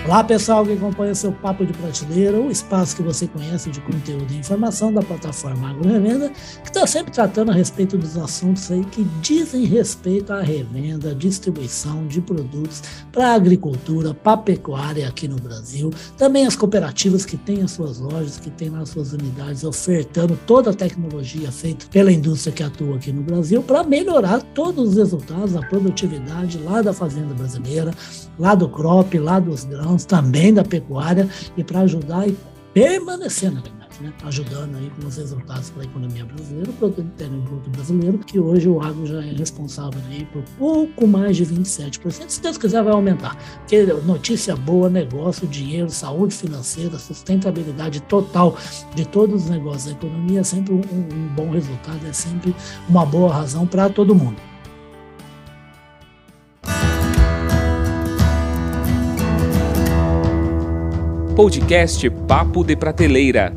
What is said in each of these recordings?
Olá, pessoal que acompanha o seu Papo de Prateleira, o espaço que você conhece de conteúdo e informação da plataforma Agro Revenda, que está sempre tratando a respeito dos assuntos aí que dizem respeito à revenda, distribuição de produtos para a agricultura, para a pecuária aqui no Brasil. Também as cooperativas que têm as suas lojas, que têm lá suas unidades, ofertando toda a tecnologia feita pela indústria que atua aqui no Brasil para melhorar todos os resultados, a produtividade lá da fazenda brasileira, lá do crop, lá dos grãos, também da pecuária, e para ajudar e permanecer, na verdade, né? Ajudando aí com os resultados para a economia brasileira, o produto interno bruto brasileiro, que hoje o agro já é responsável aí por pouco mais de 27%. Se Deus quiser, vai aumentar. Porque notícia boa, negócio, dinheiro, saúde financeira, sustentabilidade total de todos os negócios da economia é sempre um bom resultado, é sempre uma boa razão para todo mundo. Podcast Papo de Prateleira.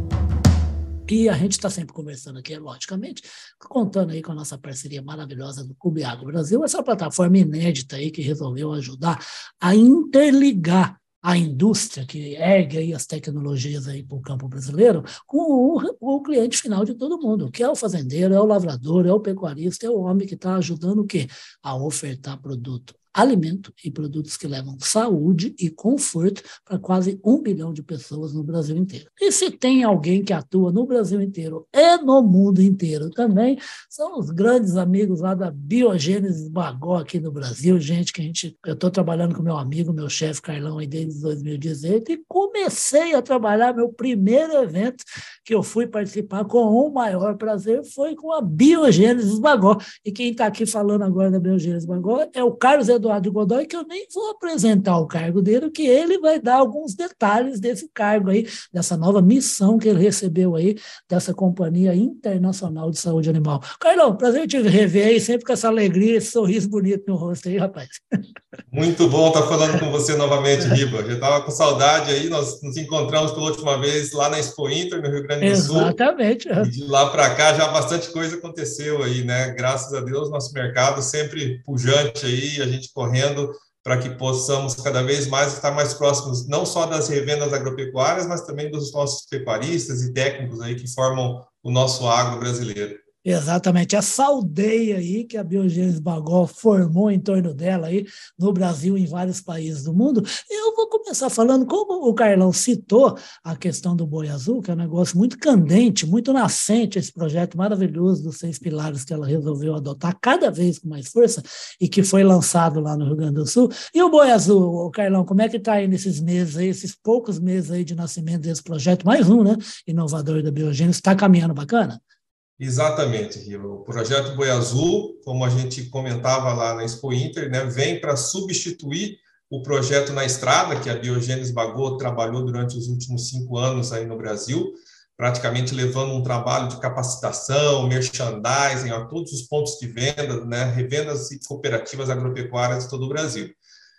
E a gente está sempre conversando aqui, logicamente, contando aí com a nossa parceria maravilhosa do Clube Agro Brasil, essa plataforma inédita aí que resolveu ajudar a interligar a indústria que ergue aí as tecnologias aí para o campo brasileiro com o cliente final de todo mundo, que é o fazendeiro, é o lavrador, é o pecuarista, é o homem que está ajudando o quê? A ofertar produto, alimento e produtos que levam saúde e conforto para quase 1 bilhão de pessoas no Brasil inteiro. E se tem alguém que atua no Brasil inteiro e no mundo inteiro também, são os grandes amigos lá da Biogênesis Bagó aqui no Brasil, gente que eu estou trabalhando com meu amigo, meu chefe Carlão aí desde 2018 e comecei a trabalhar, meu primeiro evento que eu fui participar com o maior prazer foi com a Biogênesis Bagó. E quem está aqui falando agora da Biogênesis Bagó é o Carlos Eduardo Godoy, que eu nem vou apresentar o cargo dele, que ele vai dar alguns detalhes desse cargo aí, dessa nova missão que ele recebeu aí, dessa Companhia Internacional de Saúde Animal. Carlão, prazer te rever aí, sempre com essa alegria, esse sorriso bonito no rosto aí, rapaz. Muito bom estar falando com você novamente, Riba. Eu estava com saudade aí, nós nos encontramos pela última vez lá na Expo Inter, no Rio Grande do Sul. Exatamente. E de lá para cá já bastante coisa aconteceu aí, né? Graças a Deus, nosso mercado sempre pujante aí, a gente correndo para que possamos cada vez mais estar mais próximos, não só das revendas agropecuárias, mas também dos nossos pecuaristas e técnicos aí que formam o nosso agro brasileiro. Exatamente, essa aldeia aí que a Biogênesis Bagó formou em torno dela aí no Brasil e em vários países do mundo. Eu vou começar falando, como o Carlão citou a questão do boi azul, que é um negócio muito candente, muito nascente, esse projeto maravilhoso dos 6 pilares que ela resolveu adotar cada vez com mais força e que foi lançado lá no Rio Grande do Sul. E o boi azul, Carlão, como é que está aí nesses meses aí, esses poucos meses aí de nascimento desse projeto, mais um, né, inovador da Biogênesis, está caminhando bacana? Exatamente, Riva. O projeto Boi Azul, como a gente comentava lá na Expo Inter, né, vem para substituir o projeto Na Estrada, que a Biogênesis Bagó trabalhou durante os últimos 5 anos aí no Brasil, praticamente levando um trabalho de capacitação, merchandising a todos os pontos de venda, né, revendas e cooperativas agropecuárias de todo o Brasil.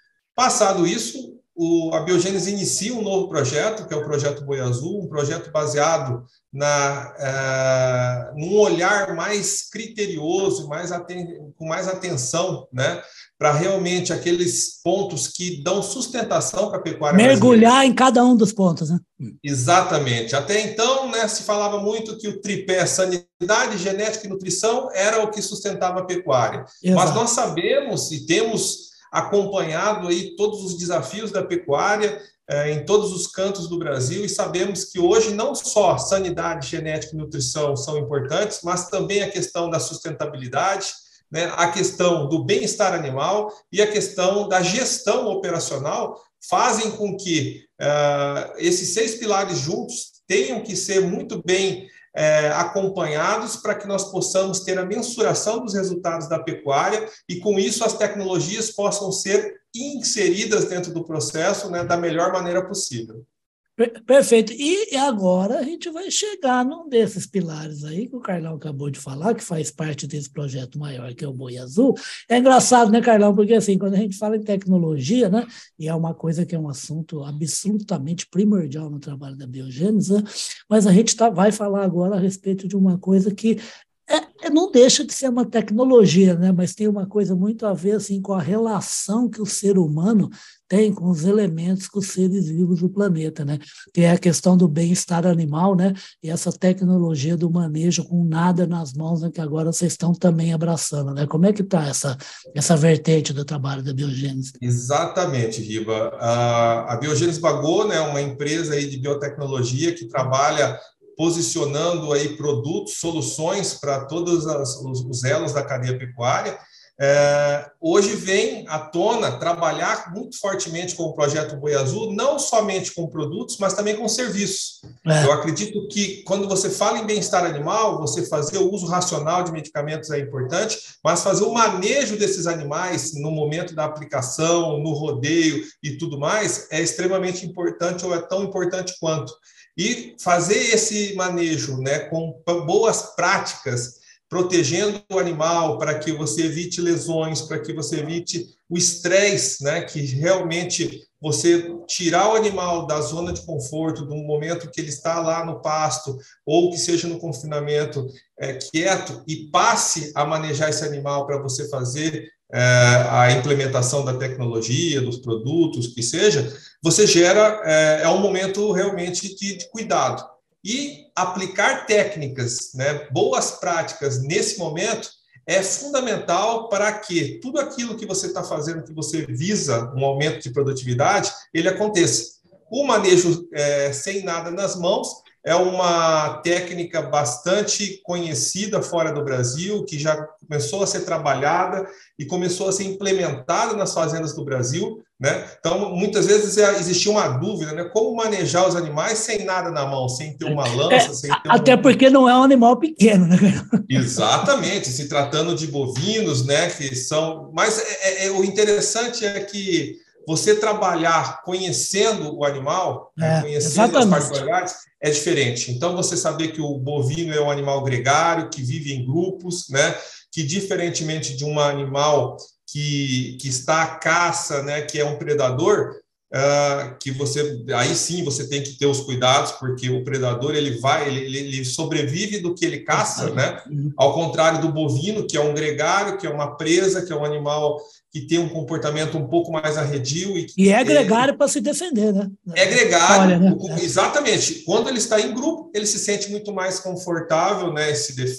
Passado isso, a Biogênesis inicia um novo projeto, que é o Projeto Boi Azul, um projeto baseado num olhar mais criterioso, com mais atenção, né, para realmente aqueles pontos que dão sustentação para a pecuária mergulhar brasileira. Em cada um dos pontos, né? Exatamente. Até então, né, se falava muito que o tripé sanidade, genética e nutrição era o que sustentava a pecuária. Exato. Mas nós sabemos e temos acompanhado aí todos os desafios da pecuária em todos os cantos do Brasil e sabemos que hoje não só sanidade, genética e nutrição são importantes, mas também a questão da sustentabilidade, né, a questão do bem-estar animal e a questão da gestão operacional fazem com que esses 6 pilares juntos tenham que ser muito bem acompanhados para que nós possamos ter a mensuração dos resultados da pecuária e, com isso, as tecnologias possam ser inseridas dentro do processo, né, da melhor maneira possível. Perfeito. E agora a gente vai chegar num desses pilares aí que o Carlão acabou de falar, que faz parte desse projeto maior, que é o Boi Azul. É engraçado, né, Carlão? Porque assim, quando a gente fala em tecnologia, né, e é uma coisa que é um assunto absolutamente primordial no trabalho da Biogênesis, né, mas a gente vai falar agora a respeito de uma coisa que não deixa de ser uma tecnologia, né? Mas tem uma coisa muito a ver assim, com a relação que o ser humano tem com os elementos, com os seres vivos do planeta, né? Que é a questão do bem-estar animal, né? E essa tecnologia do manejo com nada nas mãos, né? Que agora vocês estão também abraçando, né? Como é que está essa vertente do trabalho da biogênese? Exatamente, Riba. A Biogênese Bagô, né, é uma empresa aí de biotecnologia que trabalha posicionando aí produtos, soluções para todos os elos da cadeia pecuária. Hoje vem à tona trabalhar muito fortemente com o projeto Boi Azul, não somente com produtos, mas também com serviços. Eu acredito que quando você fala em bem-estar animal, você fazer o uso racional de medicamentos é importante, mas fazer o manejo desses animais no momento da aplicação, no rodeio e tudo mais é extremamente importante ou é tão importante quanto. E fazer esse manejo, né, com boas práticas, protegendo o animal para que você evite lesões, para que você evite o estresse, né, que realmente você tirar o animal da zona de conforto, do momento que ele está lá no pasto, ou que seja no confinamento quieto, e passe a manejar esse animal para você fazer a implementação da tecnologia, dos produtos, que seja, você gera, um momento realmente de cuidado. E aplicar técnicas, né, boas práticas nesse momento é fundamental para que tudo aquilo que você está fazendo, que você visa um aumento de produtividade, ele aconteça. O manejo sem nada nas mãos é uma técnica bastante conhecida fora do Brasil, que já começou a ser trabalhada e começou a ser implementada nas fazendas do Brasil, né? Então, muitas vezes existia uma dúvida, né? Como manejar os animais sem nada na mão, sem ter uma lança, sem ter até porque não é um animal pequeno, né? Exatamente, se tratando de bovinos, né? Que são. Mas o interessante é que você trabalhar conhecendo o animal, né, conhecendo as particularidades, é diferente. Então, você saber que o bovino é um animal gregário, que vive em grupos, né, que, diferentemente de um animal que está à caça, né, que é um predador, que você, aí sim você tem que ter os cuidados, porque o predador ele sobrevive do que ele caça, né? Ao contrário do bovino, que é um gregário, que é uma presa, que é um animal que tem um comportamento um pouco mais arredio. E é gregário para se defender, né? É gregário, né? Exatamente. Quando ele está em grupo, ele se sente muito mais confortável, né?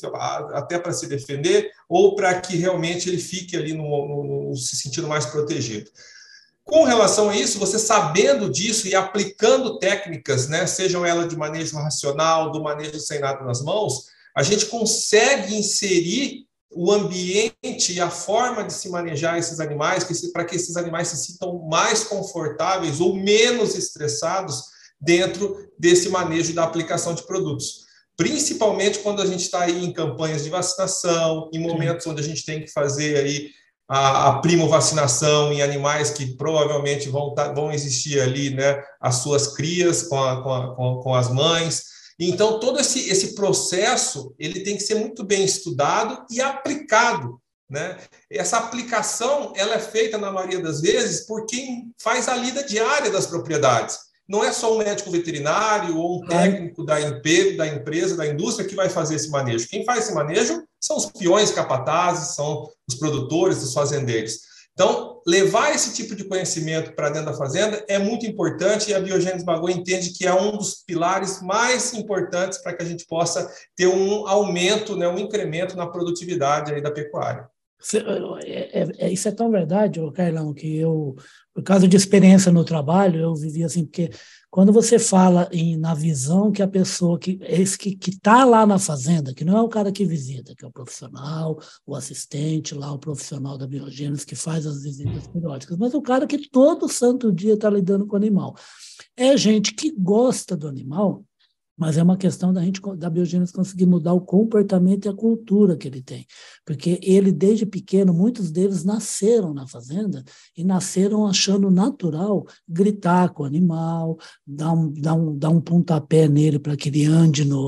Até para se defender, ou para que realmente ele fique ali se sentindo mais protegido. Com relação a isso, você sabendo disso e aplicando técnicas, né, sejam elas de manejo racional, do manejo sem nada nas mãos, a gente consegue inserir o ambiente e a forma de se manejar esses animais, para que esses animais se sintam mais confortáveis ou menos estressados dentro desse manejo da aplicação de produtos. Principalmente quando a gente está aí em campanhas de vacinação, em momentos onde a gente tem que fazer aí a primovacinação em animais que provavelmente vão existir ali, né, as suas crias com as mães. Então, todo esse processo ele tem que ser muito bem estudado e aplicado, né? Essa aplicação ela é feita, na maioria das vezes, por quem faz a lida diária das propriedades. Não é só um médico veterinário ou um técnico da empresa, da indústria que vai fazer esse manejo. Quem faz esse manejo são os peões capatazes, são os produtores, os fazendeiros. Então, levar esse tipo de conhecimento para dentro da fazenda é muito importante e a Biogênese Bagô entende que é um dos pilares mais importantes para que a gente possa ter um aumento, né, um incremento na produtividade aí da pecuária. Isso é tão verdade, Carlão, que eu, por causa de experiência no trabalho, eu vivi assim, porque quando você fala na visão que a pessoa que está lá na fazenda, que não é o cara que visita, que é o profissional, o assistente lá, o profissional da biogênese que faz as visitas periódicas, mas o cara que todo santo dia está lidando com o animal. É gente que gosta do animal, mas é uma questão da biogênese conseguir mudar o comportamento e a cultura que ele tem. Porque ele, desde pequeno, muitos deles nasceram na fazenda e nasceram achando natural gritar com o animal, dar um pontapé nele para que ele ande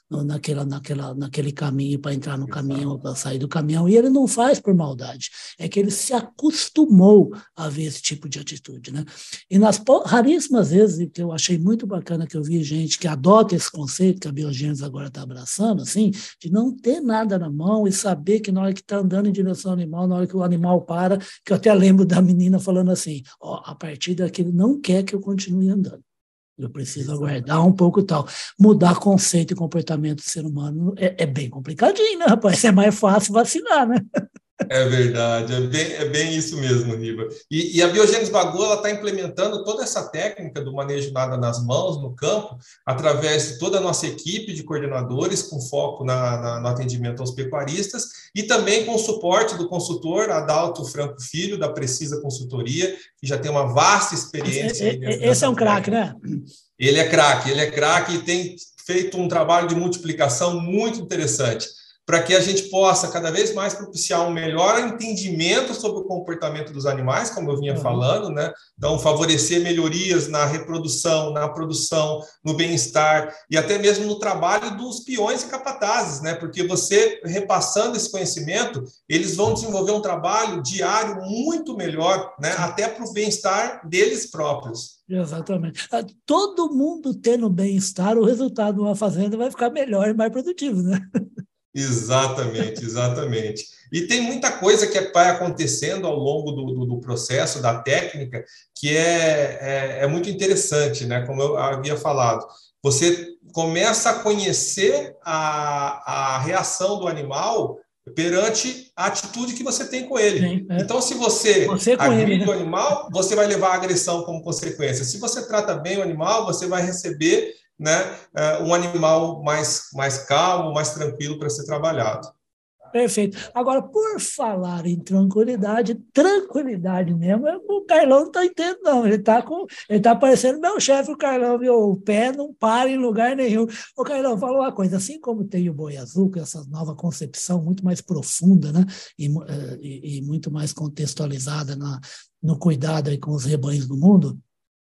naquele caminho para entrar no caminhão, para sair do caminhão, e ele não faz por maldade, é que ele se acostumou a ver esse tipo de atitude, né? E nas raríssimas vezes que eu achei muito bacana que eu vi gente que adota esse conceito que a biogênese agora está abraçando, assim, de não ter nada na mão e saber que na hora que está andando em direção ao animal, na hora que o animal para, que eu até lembro da menina falando assim, a partir daqui ele não quer que eu continue andando. Eu preciso aguardar um pouco e tal. Mudar conceito e comportamento do ser humano é bem complicadinho, né, rapaz? É mais fácil vacinar, né? É verdade, é bem isso mesmo, Riva. E a Biogênese Bagô está implementando toda essa técnica do manejo nada nas mãos, no campo, através de toda a nossa equipe de coordenadores, com foco no atendimento aos pecuaristas, e também com o suporte do consultor Adalto Franco Filho, da Precisa Consultoria, que já tem uma vasta experiência. Esse é um craque, né? Ele é craque e tem feito um trabalho de multiplicação muito interessante, para que a gente possa cada vez mais propiciar um melhor entendimento sobre o comportamento dos animais, como eu vinha falando, né? Então, favorecer melhorias na reprodução, na produção, no bem-estar e até mesmo no trabalho dos peões e capatazes, né? Porque você, repassando esse conhecimento, eles vão desenvolver um trabalho diário muito melhor, né? Até para o bem-estar deles próprios. Exatamente. Todo mundo tendo bem-estar, o resultado de uma fazenda vai ficar melhor e mais produtivo, né? Exatamente. E tem muita coisa que vai acontecendo ao longo do processo, da técnica, que é muito interessante, né? Como eu havia falado. Você começa a conhecer a reação do animal perante a atitude que você tem com ele. Sim, Então, se você agride o animal, você vai levar a agressão como consequência. Se você trata bem o animal, você vai receber, né, um animal mais calmo, mais tranquilo para ser trabalhado. Perfeito. Agora, por falar em tranquilidade mesmo, o Carlão não está entendendo, não. Ele está parecendo meu chefe, o Carlão, viu? O pé não para em lugar nenhum. Ô, Carlão, fala uma coisa, assim como tem o Boi Azul, com essa nova concepção muito mais profunda, né? E muito mais contextualizada no cuidado aí com os rebanhos do mundo,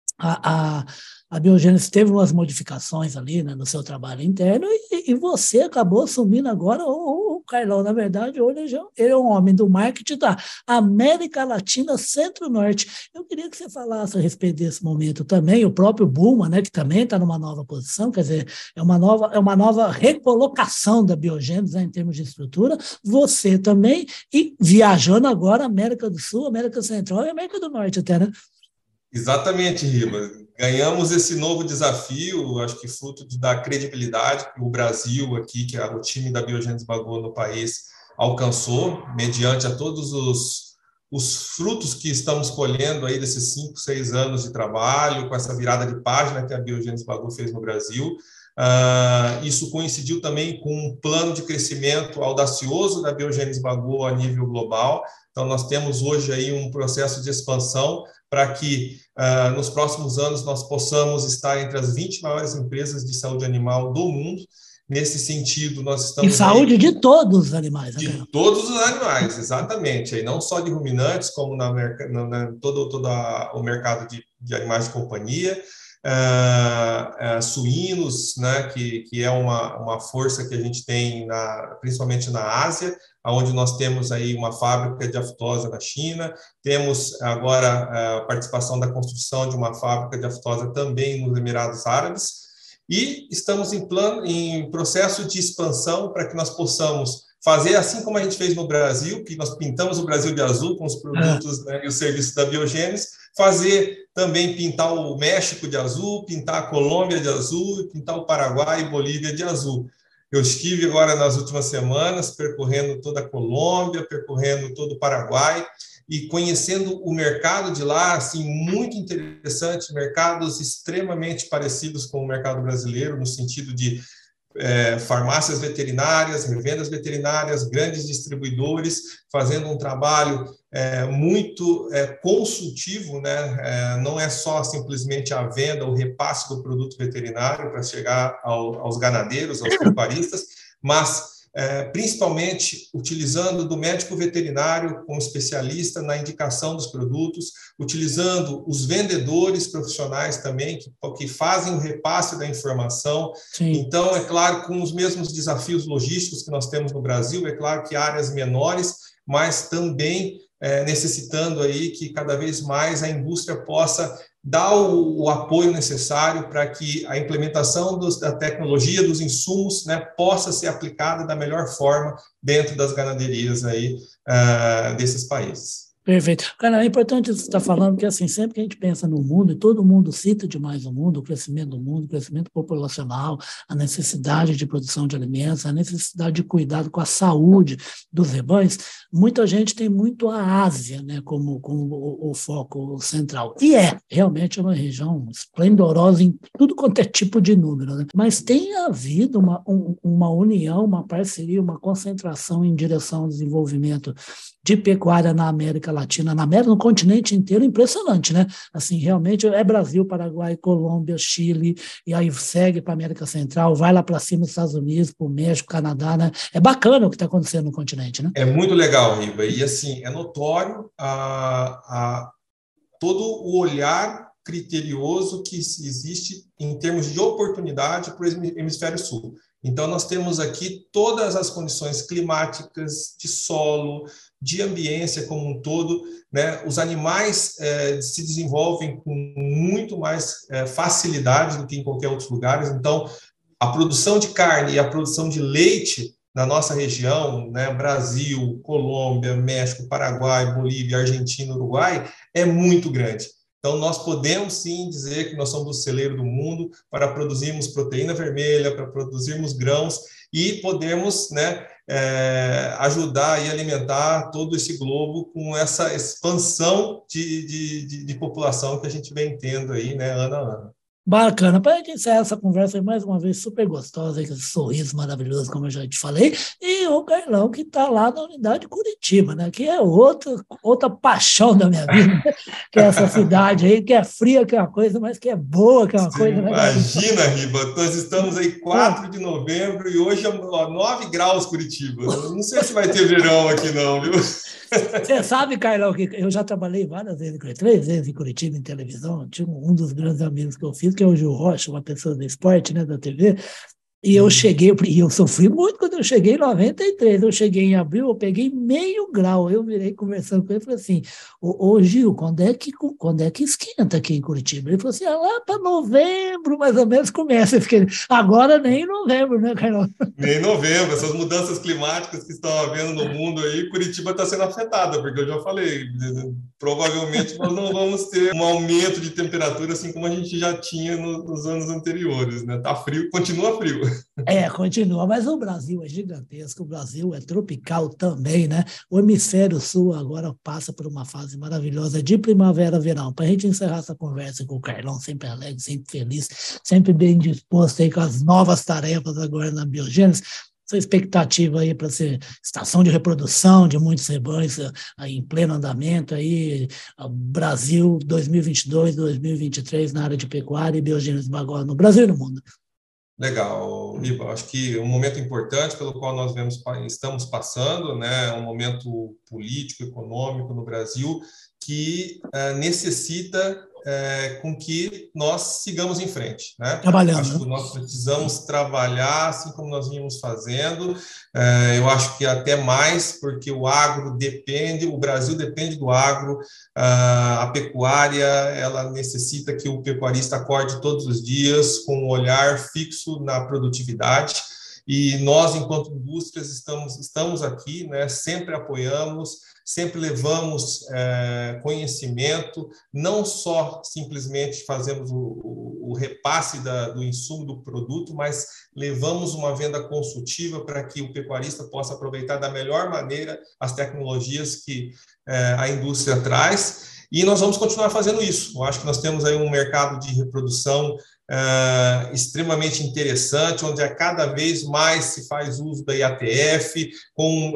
a Biogênese teve umas modificações ali, né, no seu trabalho interno e você acabou assumindo agora o Carlão. Na verdade, hoje ele é um homem do marketing da América Latina Centro-Norte. Eu queria que você falasse a respeito desse momento também, o próprio Bulma, né, que também está numa nova posição, quer dizer, é uma nova recolocação da Biogênese, né, em termos de estrutura, você também, e viajando agora América do Sul, América Central e América do Norte até, né? Exatamente, Riva. Ganhamos esse novo desafio, acho que fruto da credibilidade que o Brasil aqui, que o time da Biogênese Bagô no país alcançou, mediante a todos os frutos que estamos colhendo aí desses 5, 6 anos de trabalho, com essa virada de página que a Biogênese Bagô fez no Brasil. Isso coincidiu também com um plano de crescimento audacioso da Biogênese Bagô a nível global. Então, nós temos hoje aí um processo de expansão para que nos próximos anos nós possamos estar entre as 20 maiores empresas de saúde animal do mundo. Nesse sentido, nós estamos... E saúde de todos os animais. De todos os animais, exatamente. Aí não só de ruminantes, como todo o mercado de animais de companhia, suínos, né, que é uma força que a gente tem principalmente na Ásia, onde nós temos aí uma fábrica de aftosa na China, temos agora a participação da construção de uma fábrica de aftosa também nos Emirados Árabes, e estamos em processo de expansão para que nós possamos fazer assim como a gente fez no Brasil, que nós pintamos o Brasil de azul com os produtos, né, e os serviços da Biogênese, fazer também pintar o México de azul, pintar a Colômbia de azul, pintar o Paraguai e Bolívia de azul. Eu estive agora nas últimas semanas percorrendo toda a Colômbia, percorrendo todo o Paraguai e conhecendo o mercado de lá, assim, muito interessante, mercados extremamente parecidos com o mercado brasileiro, no sentido de farmácias veterinárias, revendas veterinárias, grandes distribuidores, fazendo um trabalho muito consultivo, né? Não é só simplesmente a venda, o repasse do produto veterinário para chegar aos ganadeiros, aos pecuaristas, mas principalmente utilizando do médico veterinário como especialista na indicação dos produtos, utilizando os vendedores profissionais também, que fazem o repasse da informação. Sim. Então, é claro, com os mesmos desafios logísticos que nós temos no Brasil, é claro que áreas menores, mas também necessitando aí que cada vez mais a indústria possa dar o apoio necessário para que a implementação da tecnologia, dos insumos, né, possa ser aplicada da melhor forma dentro das ganaderias aí, desses países. Perfeito. Cara, é importante você estar falando, porque assim, sempre que a gente pensa no mundo, e todo mundo cita demais o mundo, o crescimento do mundo, o crescimento populacional, a necessidade de produção de alimentos, a necessidade de cuidado com a saúde dos rebanhos, muita gente tem muito a Ásia, né, como o foco central. E realmente é uma região esplendorosa em tudo quanto é tipo de número, né? Mas tem havido uma união, uma parceria, uma concentração em direção ao desenvolvimento de pecuária na América Latina, no continente inteiro, impressionante, né? Assim, realmente é Brasil, Paraguai, Colômbia, Chile, e aí segue para a América Central, vai lá para cima dos Estados Unidos, para o México, Canadá, né? É bacana o que está acontecendo no continente, né? É muito legal, Riva, e assim, é notório todo o olhar criterioso que existe em termos de oportunidade para o hemisfério sul. Então, nós temos aqui todas as condições climáticas, de solo, de ambiência como um todo, né? Os animais se desenvolvem com muito mais facilidade do que em qualquer outro lugar. Então, a produção de carne e a produção de leite na nossa região, né? Brasil, Colômbia, México, Paraguai, Bolívia, Argentina, Uruguai, é muito grande. Então, nós podemos sim dizer que nós somos o celeiro do mundo para produzirmos proteína vermelha, para produzirmos grãos e podemos, né, ajudar e alimentar todo esse globo com essa expansão de população que a gente vem tendo aí, né, ano a ano. Bacana. Para a gente encerrar essa conversa mais uma vez super gostosa, com esse sorriso maravilhoso, como eu já te falei, e o Carlão que está lá na unidade de Curitiba, né? Que é outra paixão da minha vida, né? Que é essa cidade aí, que é fria, que é uma coisa, mas que é boa, que é uma Você coisa... imagina, Riba, nós estamos aí 4 de novembro e hoje é 9 graus Curitiba. Não sei se vai ter verão aqui não, viu? Você sabe, Carlão, que eu já trabalhei várias vezes, 3 vezes em Curitiba, em televisão. Tinha um dos grandes amigos que eu fiz, que é o Gil Rocha, uma pessoa do esporte, né, da TV. E eu sofri muito quando eu cheguei em 93. Eu cheguei em abril, eu peguei meio grau. Eu virei conversando com ele e falei assim: ô Gil, quando é que esquenta aqui em Curitiba? Ele falou assim: lá para novembro, mais ou menos, começa. Eu fiquei, agora nem em novembro, né, Carlão? Nem em novembro, essas mudanças climáticas que estão havendo no mundo aí, Curitiba está sendo afetada, porque eu já falei, provavelmente nós não vamos ter um aumento de temperatura assim como a gente já tinha nos anos anteriores, né? Tá frio, continua frio. Continua, mas o Brasil é gigantesco, o Brasil é tropical também, né? O hemisfério sul agora passa por uma fase maravilhosa de primavera-verão. Para a gente encerrar essa conversa com o Carlão, sempre alegre, sempre feliz, sempre bem disposto aí com as novas tarefas agora na biogênese, sua expectativa aí para ser estação de reprodução de muitos rebanhos aí em pleno andamento, aí, Brasil 2022, 2023 na área de pecuária e biogênese agora no Brasil e no mundo. Legal, Riba. Acho que um momento importante pelo qual nós estamos passando, né, um momento político, econômico no Brasil que necessita com que nós sigamos em frente, né? Trabalhando. Acho que nós precisamos trabalhar assim como nós vínhamos fazendo. Eu acho que até mais, porque o agro depende, o Brasil depende do agro, a pecuária, ela necessita que o pecuarista acorde todos os dias com um olhar fixo na produtividade. E nós, enquanto indústrias, estamos aqui, né, sempre apoiamos, sempre levamos conhecimento, não só simplesmente fazemos o repasse do insumo do produto, mas levamos uma venda consultiva para que o pecuarista possa aproveitar da melhor maneira as tecnologias que a indústria traz. E nós vamos continuar fazendo isso. Eu acho que nós temos aí um mercado de reprodução extremamente interessante, onde cada vez mais se faz uso da IATF, com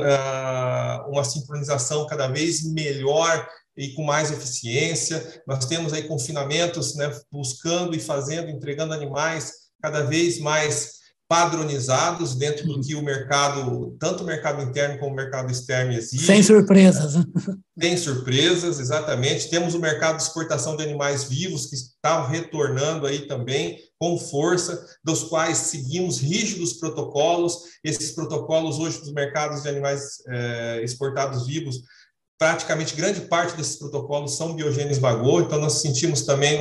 uma sincronização cada vez melhor e com mais eficiência. Nós temos aí confinamentos, né, buscando e fazendo, entregando animais cada vez mais padronizados dentro do que o mercado, tanto o mercado interno como o mercado externo exige. Sem surpresas. Sem surpresas, exatamente. Temos o mercado de exportação de animais vivos, que está retornando aí também com força, dos quais seguimos rígidos protocolos. Esses protocolos hoje dos mercados de animais exportados vivos, praticamente grande parte desses protocolos são Biogenes-Bagô, então nós sentimos também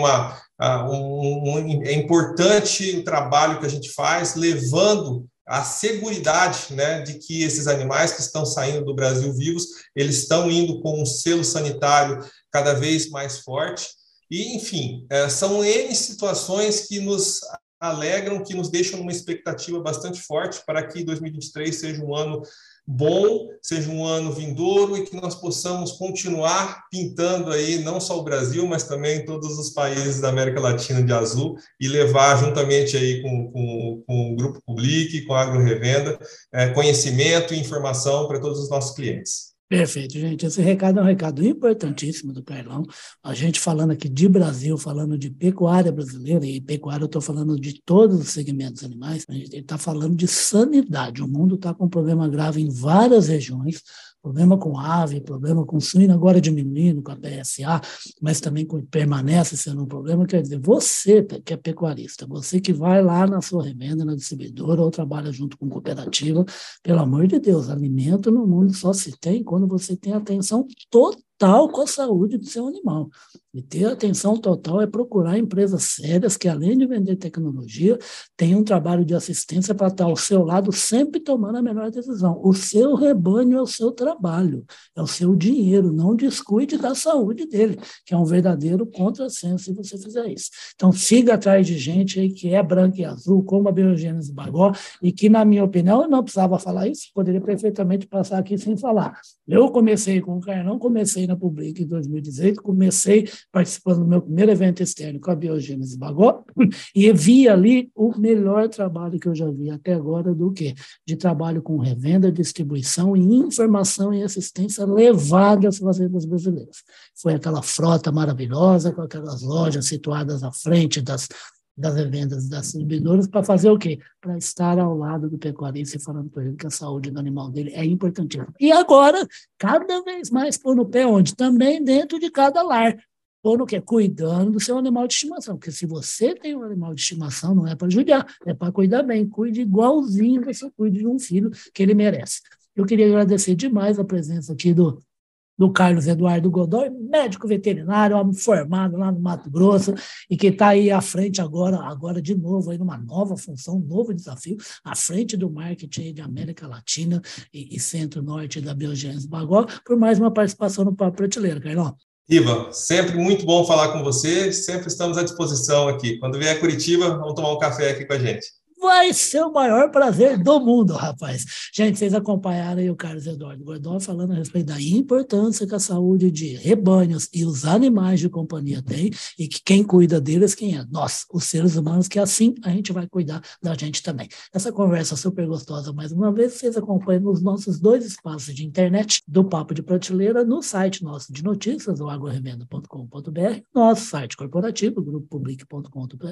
é importante o trabalho que a gente faz, levando a seguridade, né, de que esses animais que estão saindo do Brasil vivos, eles estão indo com um selo sanitário cada vez mais forte. E, enfim, são N situações que nos alegram, que nos deixam numa expectativa bastante forte para que 2023 seja um ano bom, seja um ano vindouro e que nós possamos continuar pintando aí não só o Brasil, mas também todos os países da América Latina de azul e levar juntamente aí com o Grupo Public, com a Agro Revenda, conhecimento e informação para todos os nossos clientes. Perfeito, gente. Esse recado é um recado importantíssimo do Carlão. A gente falando aqui de Brasil, falando de pecuária brasileira, e pecuária eu estou falando de todos os segmentos animais, a gente está falando de sanidade. O mundo está com um problema grave em várias regiões, problema com ave, problema com suíno, agora diminuindo com a PSA, mas também permanece sendo um problema. Quer dizer, você que é pecuarista, você que vai lá na sua revenda, na distribuidora, ou trabalha junto com cooperativa, pelo amor de Deus, alimento no mundo só se tem quando você tem atenção total com a saúde do seu animal. E ter atenção total é procurar empresas sérias que, além de vender tecnologia, tenham um trabalho de assistência para estar ao seu lado, sempre tomando a melhor decisão. O seu rebanho é o seu trabalho, é o seu dinheiro. Não descuide da saúde dele, que é um verdadeiro contrassenso se você fizer isso. Então, siga atrás de gente aí que é branca e azul, como a Biogenes-Bagô, e que, na minha opinião, eu não precisava falar isso, poderia perfeitamente passar aqui sem falar. Eu comecei com o Carlão, comecei na Public em 2018, comecei participando do meu primeiro evento externo com a Biogenes-Bagô e vi ali o melhor trabalho que eu já vi até agora do quê? De trabalho com revenda, distribuição e informação e assistência levada às fazendas brasileiras. Foi aquela frota maravilhosa, com aquelas lojas situadas à frente das revendas das distribuidoras, para fazer o quê? Para estar ao lado do pecuarista e falando para ele que a saúde do animal dele é importantíssima. E agora, cada vez mais pôr no pé onde? Também dentro de cada lar. Pôr no quê? Cuidando do seu animal de estimação. Porque se você tem um animal de estimação, não é para judiar, é para cuidar bem. Cuide igualzinho você cuide de um filho que ele merece. Eu queria agradecer demais a presença aqui do Carlos Eduardo Godoy, médico veterinário, homem formado lá no Mato Grosso, e que está aí à frente agora de novo, aí numa nova função, um novo desafio, à frente do marketing de América Latina e Centro-Norte da Biogenes-Bagô, por mais uma participação no Papo Prateleira, Carlão. Riva, sempre muito bom falar com você, sempre estamos à disposição aqui. Quando vier a Curitiba, vamos tomar um café aqui com a gente. Vai ser o maior prazer do mundo, rapaz. Gente, vocês acompanharam aí o Carlos Eduardo Godoy falando a respeito da importância que a saúde de rebanhos e os animais de companhia tem e que quem cuida deles, quem é? Nós, os seres humanos, que assim a gente vai cuidar da gente também. Essa conversa super gostosa, mais uma vez, vocês acompanham nos nossos 2 espaços de internet do Papo de Prateleira, no site nosso de notícias, o agrorevenda.com.br, nosso site corporativo, grupopublic.com.br,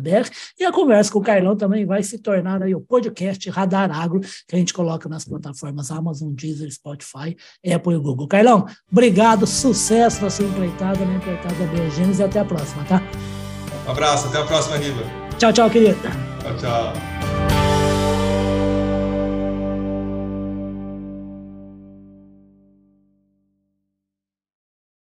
e a conversa com o Carlão também vai se tornar aí o podcast Radar Agro, que a gente coloca nas plataformas Amazon, Deezer, Spotify, Apple e Google. Carlão, obrigado, sucesso na sua empreitada, na empreitada da Biogenes, e até a próxima, tá? Um abraço, até a próxima, Riva. Tchau, tchau, querido. Tchau, tchau.